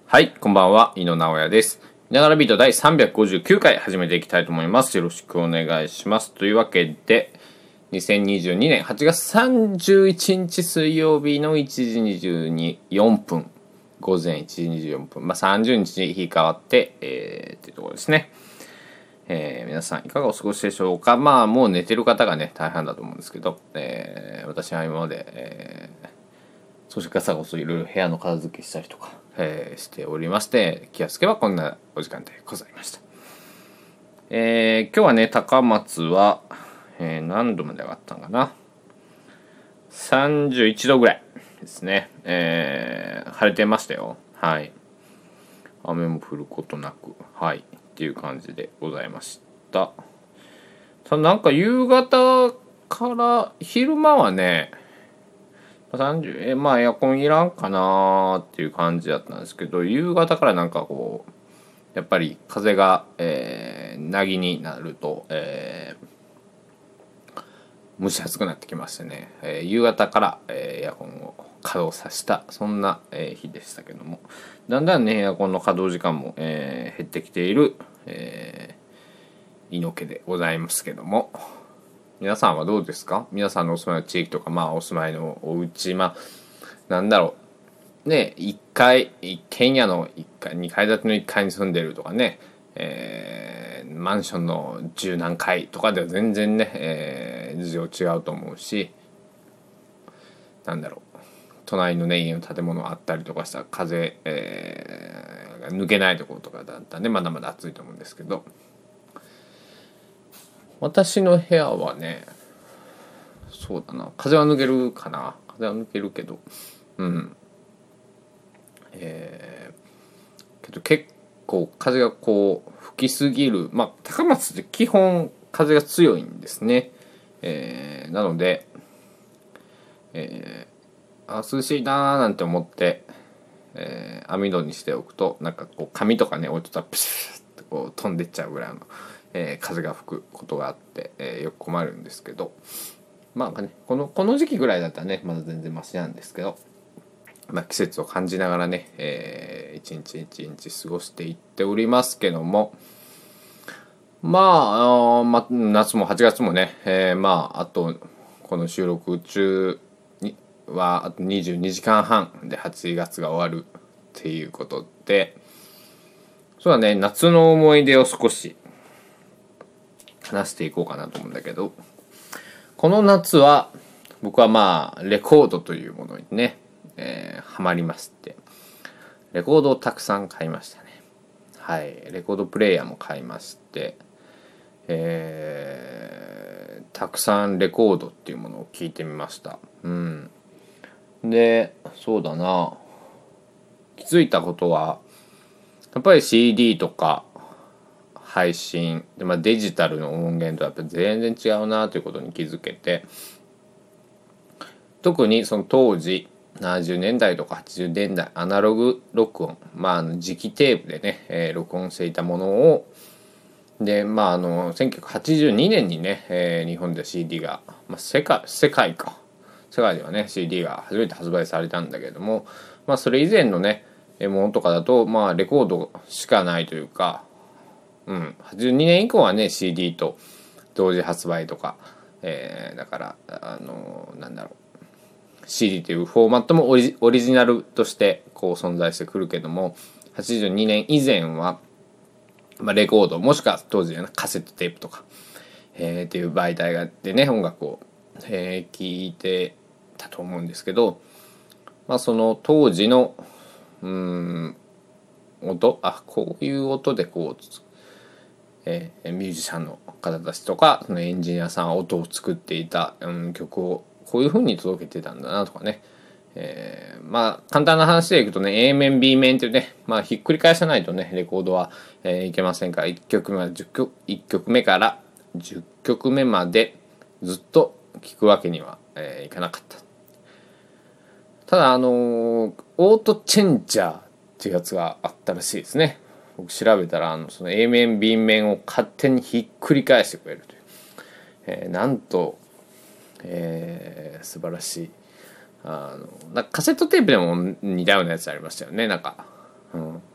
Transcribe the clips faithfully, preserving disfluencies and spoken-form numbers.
はい、こんばんは、井野直哉です。ながらビートだいさんびゃくごじゅうきゅうかい始めていきたいと思います。よろしくお願いします。というわけで、にせんにじゅうにねんはちがつさんじゅういちにち水曜日のいちじにじゅうよんぷん、午前いちじにじゅうよんぷん、まあ、さんじゅうにちに日変わって、えー、っていうところですね。えー、皆さんいかがお過ごしでしょうか。まあもう寝てる方がね大半だと思うんですけど、えー、私は今まで、えー、そして朝こそいろいろ部屋の片付けしたりとか、えー、しておりまして、気がつけばこんなお時間でございました。えー、今日はね高松は、えー、何度まで上がったのかな、さんじゅういちどぐらいですね。えー、晴れてましたよ。はい、雨も降ることなく、はいっていう感じでございました。ただなんか夕方から昼間はねさんじゅうえまあエアコンいらんかなっていう感じだったんですけど、夕方からなんかこうやっぱり風が、えー、なぎになると、えー、蒸し暑くなってきましてね、えー、夕方から、えー、エアコンを稼働させたそんな、えー、日でしたけども、だんだんねエアコンの稼働時間も、えー、減ってきている、えー、猪家でございますけども、皆さんはどうですか。皆さんのお住まいの地域とか、まあお住まいのお家、まあなんだろうね、いっかい一軒家のいっかいにかい建てのいっかいに住んでるとかね、えー、マンションの十何階とかでは全然ね、えー、事情違うと思うし、なんだろう隣のね家の建物あったりとかしたら風、えー、が抜けないところとかだったらねまだまだ暑いと思うんですけど、私の部屋はねそうだな、風は抜けるかな、風は抜けるけど、うんえー、けど結構風がこう吹きすぎる、まあ高松って基本風が強いんですね。えー、なので、えー、あ涼しいなーなんて思って、えー、網戸にしておくとなんかこう紙とかね置いとったらプシュッとこう飛んでっちゃうぐらいの、えー、風が吹くことがあって、えー、よく困るんですけど、まあねこのこの時期ぐらいだったらねまだ全然マシなんですけど、まあ、季節を感じながらね、えー、一日一日過ごしていっておりますけども、まあ、あまあ、夏もはちがつもね、えー、まああとこの収録中にはあとにじゅうにじかんはんではちがつが終わるっていうことで、そうだね、夏の思い出を少し話していこうかなと思うんだけど、この夏は僕はまあレコードというものにね、えー、ハマりまして、レコードをたくさん買いましたね。はい、レコードプレーヤーも買いまして、えー、たくさんレコードっていうものを聞いてみました。うん。で、そうだな、気づいたことはやっぱり シーディー とか配信で、まあ、デジタルの音源とやっぱ全然違うなということに気づけて、特にその当時ななじゅうねんだいとかはちじゅうねんだいアナログ録音、まあ、あの磁気テープでね、えー、録音していたものをで、まあ、あのせんきゅうひゃくはちじゅうにねんにね、えー、日本で シーディー が、まあ、世界世界か世界ではね シーディー が初めて発売されたんだけれども、まあ、それ以前のねものとかだと、まあ、レコードしかないというか、うん、はちじゅうにねん以降はね シーディー と同時発売とか、えー、だからあのなんだろうシーディー というフォーマットもオリ、オリジナルとしてこう存在してくるけども、はちじゅうにねん以前は、まあ、レコードもしくは当時のカセットテープとか、えー、っていう媒体がでね音楽を、えー、聴いてたと思うんですけど、まあ、その当時のうーん音あこういう音でこう、えー、ミュージシャンの方たちとかそのエンジニアさんは音を作っていた、うん、曲をこういう風に届けてたんだなとかね、えー、まあ簡単な話でいくとね A 面 B 面っていうね、まあひっくり返さないとねレコードは、えー、いけませんから、いっきょくめはじゅっきょくいっきょくめからじゅっきょくめまでずっと聴くわけには、えー、いかなかった。ただあのー、オートチェンジャーっていうやつがあったらしいですね。僕調べたらあのその A 面 B 面を勝手にひっくり返してくれるという、えー、なんと、えー、素晴らしい。あのなんかカセットテープでも似たようなやつありましたよね。なんか、うん、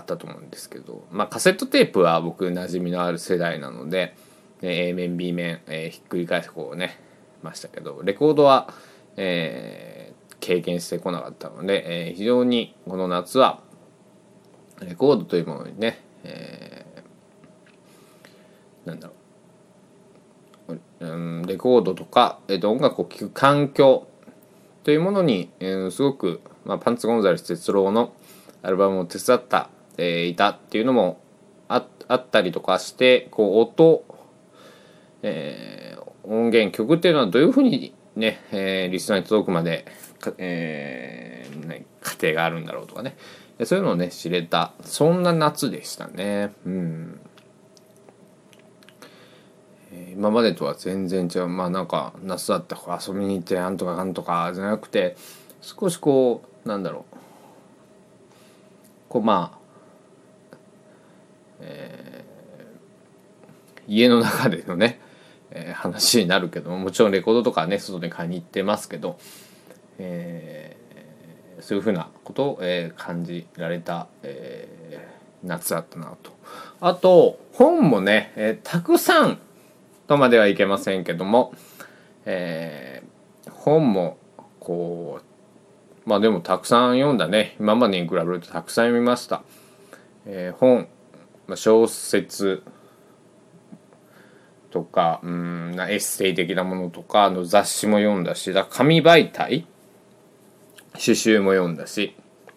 ったと思うんですけど、まあ、カセットテープは僕馴染みのある世代なので、A 面 B 面、えー、ひっくり返してこうねましたけど、レコードは、えー、経験してこなかったので、えー、非常にこの夏はレコードというものにね、えー、なんだろう、うん、レコードとか、えー、と音楽を聴く環境というものに、えー、すごく、まあ、パンツ・ゴンザレス哲郎のアルバムを手伝った、えー、いたっていうのも あ, あったりとかして、こう音、えー、音源曲っていうのはどういうふうにね、えー、リスナーに届くまで、えーね、過程があるんだろうとかね、そういうのをね知れた、そんな夏でしたね。うん、今までとは全然違う。まあなんか夏だったから遊びに行ってなんとかなんとかじゃなくて、少しこうなんだろう、こうまあ、えー、家の中でのね、えー、話になるけども、もちろんレコードとかね外に買いに行ってますけど、えー、そういうふうなことを、えー、感じられた、えー、夏だったなと。あと本もね、えー、たくさんとまではいけませんけども、えー、本もこうまあでもたくさん読んだね。今までに比べるとたくさん読みました。えー、本、小説とか、うんエッセイ的なものとかの雑誌も読んだし、だ紙媒体詩集も読んだし、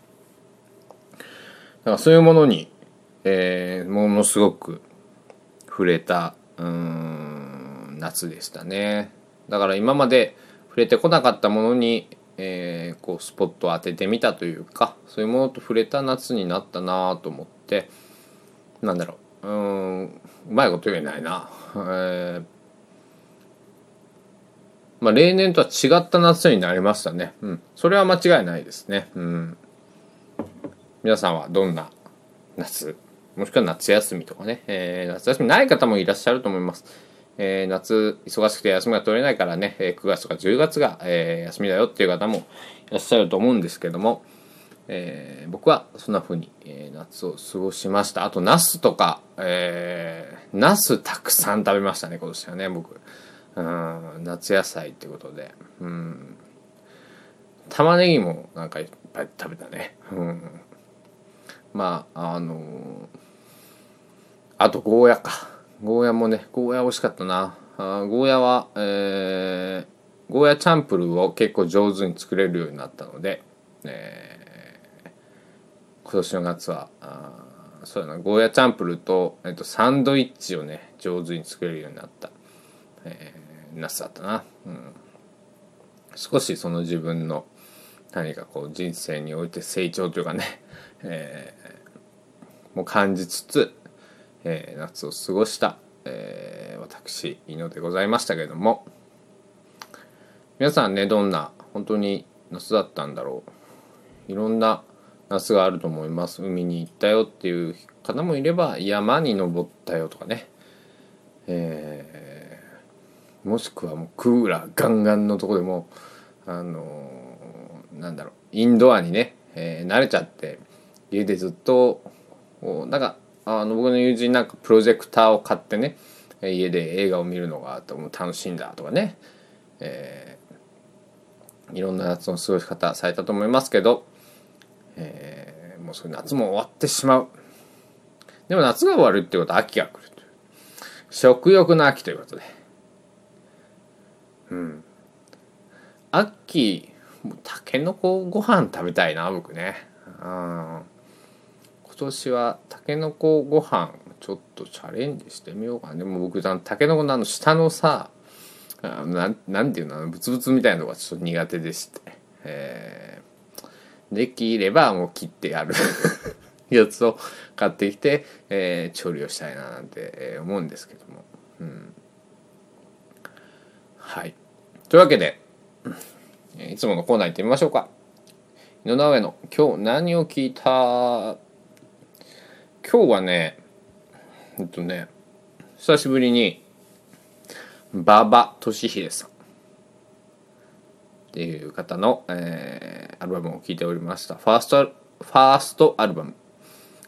だからそういうものに、えー、ものすごく触れたうーん夏でしたね。だから今まで触れてこなかったものに、えー、こうスポットを当ててみたというか、そういうものと触れた夏になったなと思って、なんだろう、うーんうまいこと言えないな、えー、まあ例年とは違った夏になりましたね。うん、それは間違いないですね。うん、皆さんはどんな夏、もしくは夏休みとかね、えー、夏休みない方もいらっしゃると思います。えー、夏忙しくて休みが取れないからね、くがつとかじゅうがつが、えー、休みだよっていう方もいらっしゃると思うんですけども、えー、僕はそんな風に、えー、夏を過ごしました。あとナスとか、えー、ナスたくさん食べましたね今年はね。僕、うん、夏野菜ってことで、うん、玉ねぎもなんかいっぱい食べたね。うん、まああのー、あとゴーヤか。ゴーヤもね、ゴーヤ美味しかったな。あゴーヤは、えー、ゴーヤチャンプルーを結構上手に作れるようになったので、えー、今年の夏はあそうだな、ゴーヤチャンプルーと、えっと、サンドイッチをね上手に作れるようになった、えー、夏だったな。うん、少しその自分の何かこう人生において成長というかね、えー、もう感じつつ、えー、夏を過ごした、えー、私いのでございましたけれども、皆さんねどんな本当に夏だったんだろう。いろんな夏があると思います。海に行ったよっていう方もいれば、山に登ったよとかね、えー、もしくはもうクーラーガンガンのとこでもあのー、なんだろうインドアにね、えー、慣れちゃって家でずっとなんかあの僕の友人なんかプロジェクターを買ってね家で映画を見るのが楽しいんだとかね、えー、いろんな夏の過ごし方されたと思いますけど、えー、もうそれ夏も終わってしまう。でも夏が終わるってことは秋が来るという、食欲の秋ということで、うん秋たけのこご飯食べたいな僕ね。うん今年はたけのこご飯ちょっとチャレンジしてみようかな。でも僕たけのこのあの下のさあなん、なんていうのブツブツみたいなのがちょっと苦手でして、えー、できればもう切ってやるやつを買ってきて、えー、調理をしたいななんて思うんですけども、うん、はいというわけでいつものコーナー行ってみましょうか。井上尚の今日何を聞いた。今日はねえっとね久しぶりに馬場俊秀さんっていう方の、えー、アルバムを聴いておりました。ファーストファーストアルバム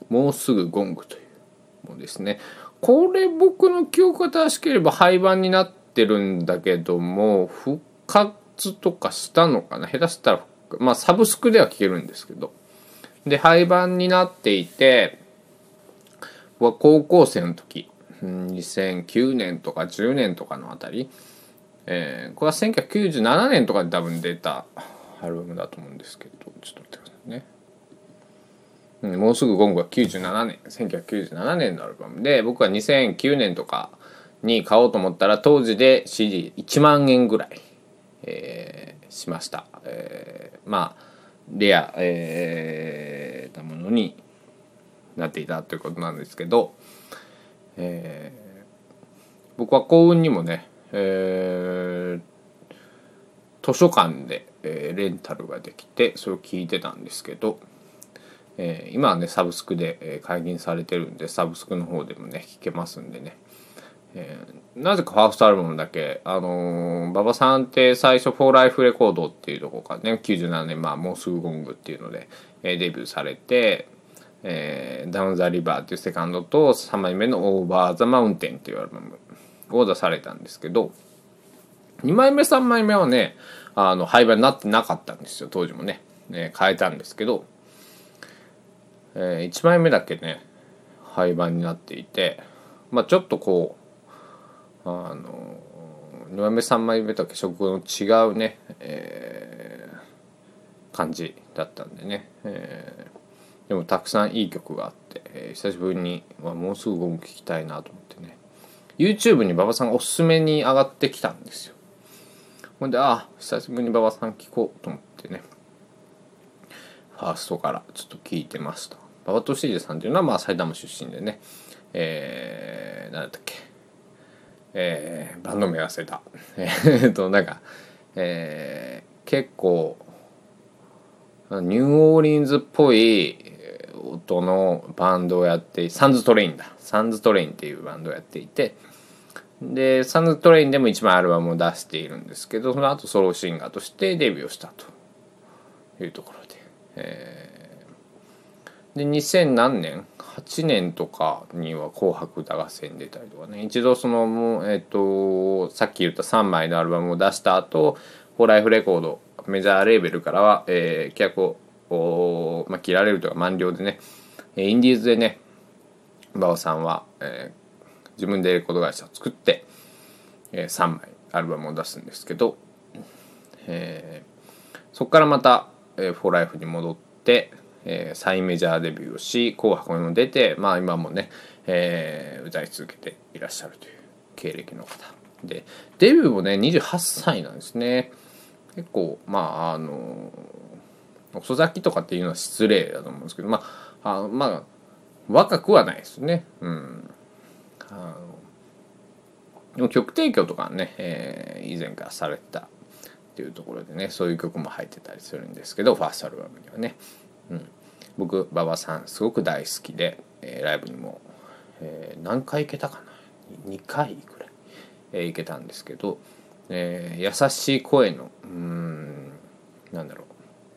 もうすぐゴングというものですね。これ僕の記憶が正しければ廃盤になってるんだけども、復活とかしたのかな。下手したらまあサブスクでは聴けるんですけど、で廃盤になっていて、僕は高校生の時にせんきゅうねんとかじゅうねんとかのあたり、えー、これはせんきゅうひゃくきゅうじゅうななねんとかで多分出たアルバムだと思うんですけど、ちょっと待ってくださいね。うん、もうすぐゴングはきゅうじゅうななねん、せんきゅうひゃくきゅうじゅうななねんのアルバムで、僕はにせんきゅうねんとかに買おうと思ったら当時で シーディーいちまんえんぐらい、えー、しました。えー、まあレア、えー、なものになっていたということなんですけど、えー、僕は幸運にもね、えー、図書館で、えー、レンタルができてそれを聞いてたんですけど、えー、今はねサブスクで、えー、解禁されてるんでサブスクの方でもね聞けますんでね、えー、なぜかファーストアルバムだけ、あのー、馬場さんって最初「フォーライフレコード」っていうところからねきゅうじゅうななねん、まあ、もうすぐゴングっていうので、えー、デビューされて、えー、ダウン・ザ・リバーっていうセカンドとさんまいめの「オーバー・ザ・マウンテン」っていうアルバムを出されたんですけど、にまいめさんまいめはねあの廃盤になってなかったんですよ。当時もね、ね変えたんですけど、えー、いちまいめだけね廃盤になっていて、まあちょっとこうあのにまいめさんまいめとは色の違うね、えー、感じだったんでね、えー、でもたくさんいい曲があって、えー、久しぶりに、まあ、もうすぐゴム聴きたいなと思ってね YouTube に馬場さんがおすすめに上がってきたんですよ。ほんであ久しぶりに馬場さん聴こうと思ってねファーストからちょっと聞いてました。馬場俊二さんっていうのはまあ埼玉出身でね、えー、何だったっけ、えー、バンド名忘れたえっとなんか、えー、結構ニューオーリンズっぽい音のバンドをやってサンズトレインだサンズトレインっていうバンドをやっていて、でサンズトレインでもいちまいアルバムを出しているんですけど、その後ソロシンガーとしてデビューをしたというところで、えーでにせん何年はちねんとかには「紅白歌合戦」に出たりとかね、一度その、えー、とさっき言ったさんまいのアルバムを出した後フォーライフレコードメジャーレーベルからは、えー、契約を、まあ、切られるというか満了でね、インディーズでね馬場さんは、えー、自分でレコード会社を作って、えー、さんまいアルバムを出すんですけど、えー、そこからまた、えー、フォーライフに戻ってえー、再メジャーデビューをし紅白にも出て、まあ、今もね、えー、歌い続けていらっしゃるという経歴の方で、デビューもねにじゅうはっさいなんですね。結構まああの遅咲きとかっていうのは失礼だと思うんですけど、まああまあ若くはないですね。うん、あのでも曲提供とかね、えー、以前からされてたっていうところでねそういう曲も入ってたりするんですけど、ファーストアルバムにはね、うん、僕馬場さんすごく大好きで、えー、ライブにも、えー、何回行けたかなにかいぐらい、えー、行けたんですけど、えー、優しい声のうーんなんだろう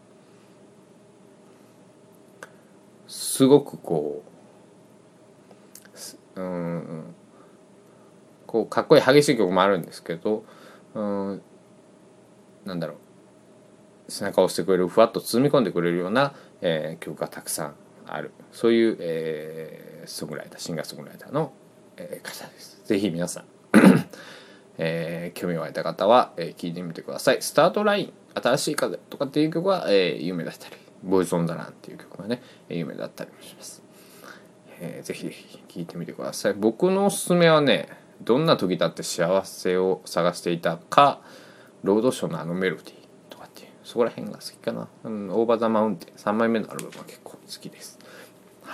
すごくこううんこうかっこいい激しい曲もあるんですけど、うんなんだろう背中を押してくれるふわっと包み込んでくれるような、えー、曲がたくさんある、そういう、えー、ソングライターシンガーソングライターの、えー、方です。ぜひ皆さん、えー、興味を湧いた方は、えー、聞いてみてください。スタートライン新しい風とかっていう曲は、えー、有名だったりボイスオンザランっていう曲がね有名だったりもします。えー、ぜひぜひ聞いてみてください。僕のおすすめはねどんな時だって幸せを探していたかロードショーのあのメロディーとかっていうそこら辺が好きかな、うん、オーバーザマウンテンさんまいめのアルバムは結構好きです。はい。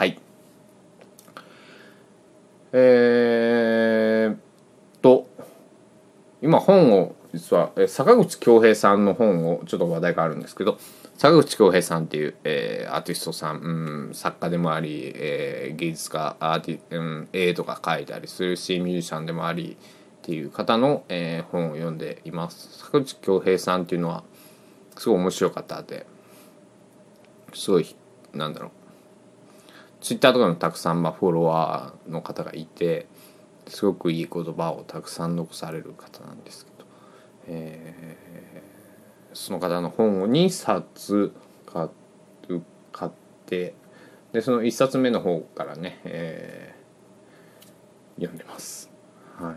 えー、っと今本を実は坂口恭平さんの本をちょっと話題があるんですけど、坂口恭平さんっていう、えー、アーティストさん、うん、作家でもあり、えー、芸術家アーティ、うん、絵とか描いたりするしミュージシャンでもありっていう方の、えー、本を読んでいます。坂口恭平さんっていうのはすごい面白い方ですごいなんだろうツイッターとかにもたくさんまあフォロワーの方がいて、すごくいい言葉をたくさん残される方なんですけど、えー、その方の本をにさつ買買ってでそのいっさつめの方からね、えー、読んでます。はい、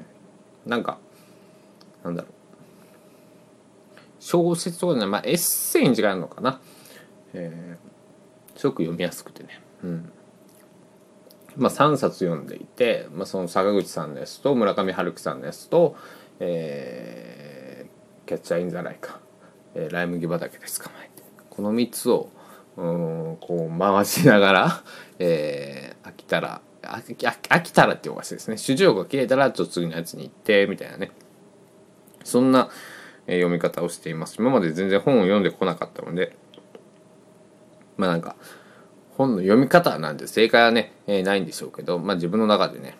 なんかなんだろう小説とかね、まあ、エッセイに違うのかな、えー、すごく読みやすくてね、うんまあ、さんさつ読んでいて、まあ、その坂口さんのやつと村上春樹さんのやつと、えー、キャッチャーインザライか、えー、ライ麦畑で捕まえて、このみっつをうんこう回しながら、えー、飽きたら飽き飽きたらっておかしいですね、主情が切れたらちょっと次のやつに行ってみたいなね、そんな読み方をしています。今まで全然本を読んでこなかったので、まあなんか本の読み方なんて正解はね、えー、ないんでしょうけど、まあ自分の中でね、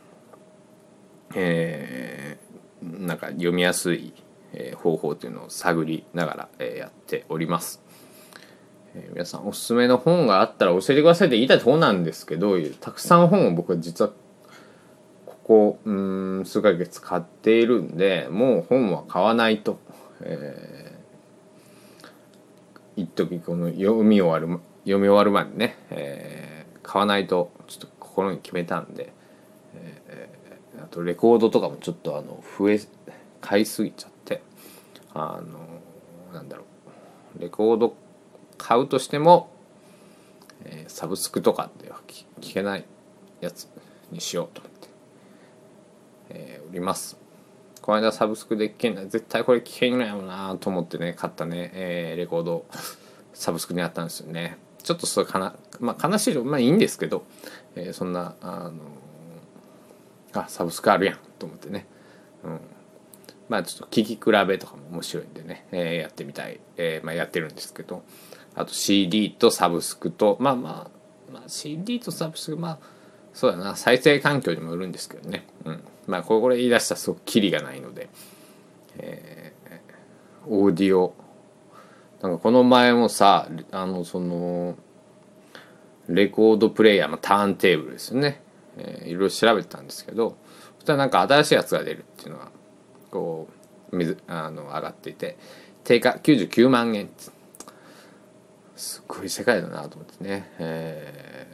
えー、なんか読みやすい方法というのを探りながら、えー、やっております。えー、皆さんおすすめの本があったら教えてくださいって言いたいところなんですけど、たくさん本を僕は実はここうーん数ヶ月買っているんで、もう本は買わないと、えー、一時この読み終わる読み終わるまでね、えー、買わないとちょっと心に決めたんで、えー、あとレコードとかもちょっとあの増え買いすぎちゃって、あのなんだろうレコード買うとしても、えー、サブスクとかでは聞けないやつにしようと思って、えー、おります。この間サブスクで聞けない、絶対これ聞けないよなと思ってね買ったね、えー、レコードサブスクにあったんですよね。ちょっとそれかな、まあ、悲しい、まあいいんですけど、えー、そんなあのあサブスクあるやんと思ってね、うん、まあちょっと聞き比べとかも面白いんでね、えー、やってみたい、えーまあ、やってるんですけど、あと シーディー とサブスクとまあまあ、まあ、シーディー とサブスクまあそうだな再生環境にもよるんですけどね、うん、まあこれこれ言い出したらすごくキリがないので、えー、オーディオなんかこの前もさあのそのレコードプレイヤーのターンテーブルですよね、えー、いろいろ調べてたんですけど、そしたらなんか新しいやつが出るっていうのがこう水あの上がっていて、定価きゅうじゅうきゅうまんえん、すごい世界だなと思ってね、え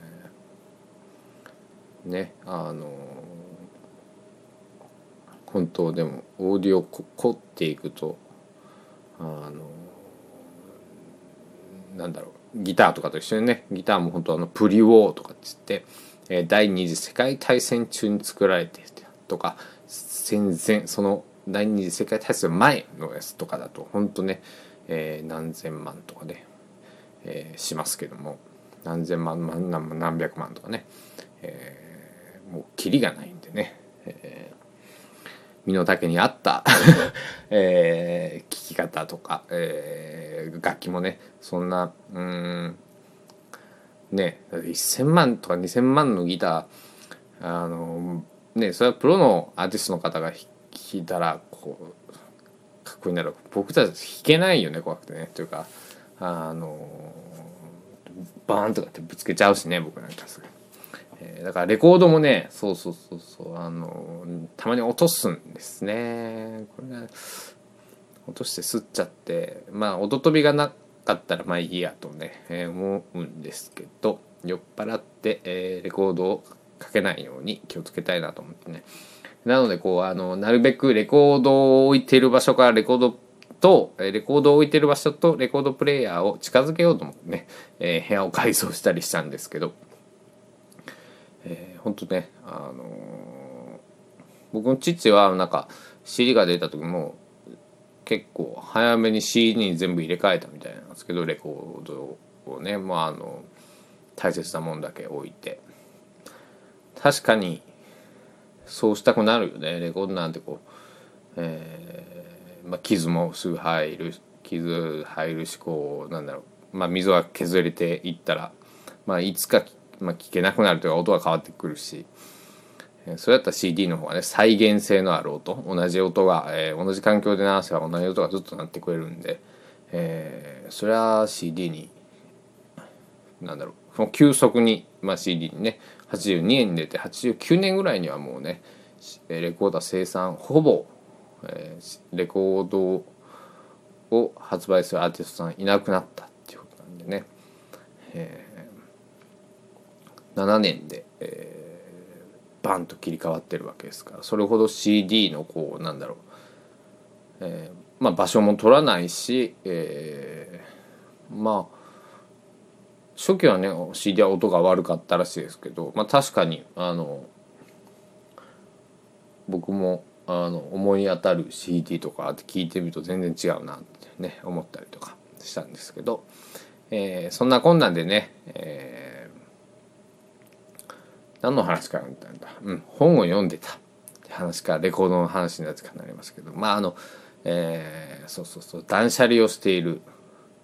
ー、ねあの本当でもオーディオ凝っていくとあのなんだろうギターとかと一緒にね、ギターも本当あのプリウォーとかっつって、えー、第二次世界大戦中に作られてとか戦前その第二次世界大戦前のやつとかだと本当ね、えー、何千万とかね、えー、しますけども、何千万万何何百万とかね、えー、もうキリがないんでね、えー身の丈に合った、えー、聴き方とか、えー、楽器もねそんなうーんねせんまんとかにせんまんのギターあのねそれはプロのアーティストの方が弾いたらこうかっこいいんだろう、僕たち弾けないよね怖くてねというかあのバーンとかってぶつけちゃうしね僕なんかすぐ。だからレコードもねそうそうそうそうあのたまに落とすんですね。これが落として吸っちゃってまあ音飛びがなかったらまあいいやとね、えー、思うんですけど、酔っ払って、えー、レコードをかけないように気をつけたいなと思ってね。なのでこうあのなるべくレコードを置いている場所からレコードとレコードを置いている場所とレコードプレーヤーを近づけようと思ってね、えー、部屋を改装したりしたんですけど、えー、ほんとね、あのー、僕の父はなんか シーディー が出た時も結構早めに シーディー に全部入れ替えたみたいなんですけど、レコードをね、まあ、あの大切なもんだけ置いて、確かにそうしたくなるよね。レコードなんてこう、えーまあ、傷もすぐ入る傷入るしこうなんだろう、まあ、溝が削れていったら、まあ、いつかまあ、聞けなくなるというか音が変わってくるし、それだったら シーディー の方がね再現性のある音、同じ音が、えー、同じ環境で流せば同じ音がずっと鳴ってくれるんで、えー、それは シーディー になんだろその急速に、まあ、シーディー にねはちじゅうにねんに出てはちじゅうきゅうねんぐらいにはもうねレコーダー生産ほぼ、えー、レコードを発売するアーティストさんいなくなったっていうことなんでね、えー、ななねんで、えー、バンと切り替わってるわけですから、それほど シーディー のこうなんだろう、えー、まあ場所も取らないし、えー、まあ初期はね シーディー は音が悪かったらしいですけど、まあ確かにあの僕もあの思い当たる シーディー とかって聞いてみると全然違うなってね思ったりとかしたんですけど、えー、そんなこんなんでね、えー、何の話からったんだ、うん、本を読んでたって話からレコードの話になってかなりますけど、まああの、えー、そうそうそう断捨離をしている、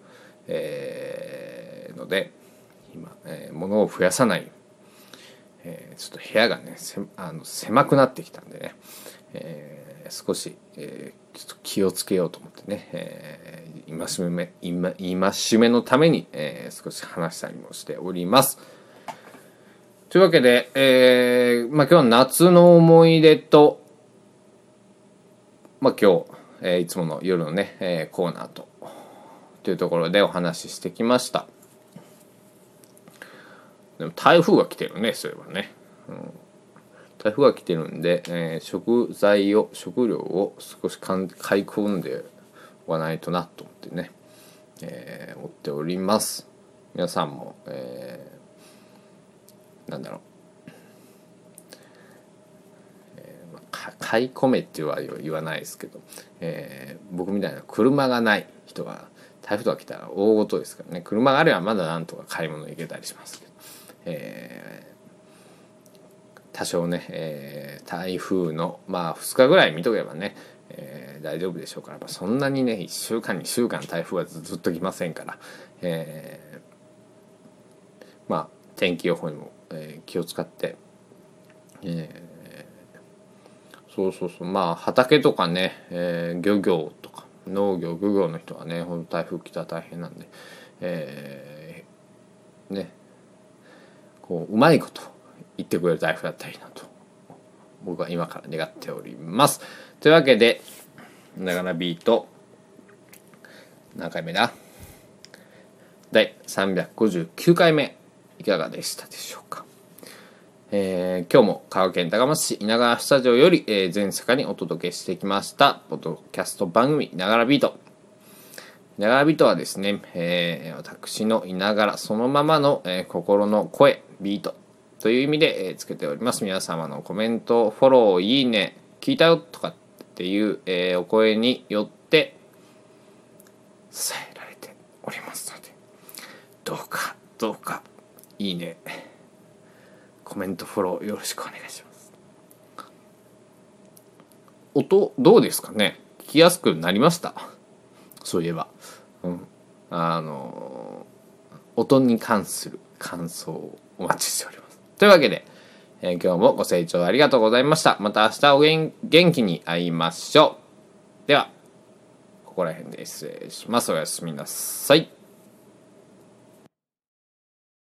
えー、ので今、えー、物を増やさない、えー、ちょっと部屋がねせあの狭くなってきたんでね、えー、少し、えー、ちょっと気をつけようと思ってね、えー、戒め戒めのために、えー、少し話したりもしております。というわけで、えーまあ、今日は夏の思い出と、まあ、今日、えー、いつもの夜のね、えー、コーナーとというところでお話ししてきました。でも台風が来てるね、そういえばね、うん、台風が来てるんで、えー、食材を食料を少し買い込んでおかないとなと思ってね、えー、思っております。皆さんも、えー、なんだろう、えーまあ、買い込めっては言わないですけど、えー、僕みたいな車がない人は台風が来たら大事ですからね。車があればまだなんとか買い物行けたりしますけど、えー、多少ね、えー、台風のまあふつかぐらい見とけばね、えー、大丈夫でしょうから、まあ、そんなにねいっしゅうかんにしゅうかん台風はずっと来ませんから、えー、まあ天気予報にも、えー、気を使って、えー、そうそうそうまあ畑とかね、えー、漁業とか農業漁業の人はねほんと台風来たら大変なんで、えー、ねこううまいこと言ってくれる台風だったらいいなと僕は今から願っております。というわけでながらビート何回目だだいさんびゃくごじゅうきゅうかいめいかがでしたでしょうか。えー、今日も香川県高松市稲川スタジオより、えー、全世界にお届けしてきましたポッドキャスト番組ながらビート。ながらビートはですね、えー、私のいながらそのままの、えー、心の声ビートという意味で、えー、つけております。皆様のコメントフォローいいね聞いたよとかっていう、えー、お声によって支えられておりますので、どうかどうかいいねコメントフォローよろしくお願いします。音どうですかね、聞きやすくなりました。そういえば、うん、あの音に関する感想をお待ちしております。というわけで、えー、今日もご清聴ありがとうございました。また明日お元気に会いましょう。ではここら辺で失礼します。おやすみなさい。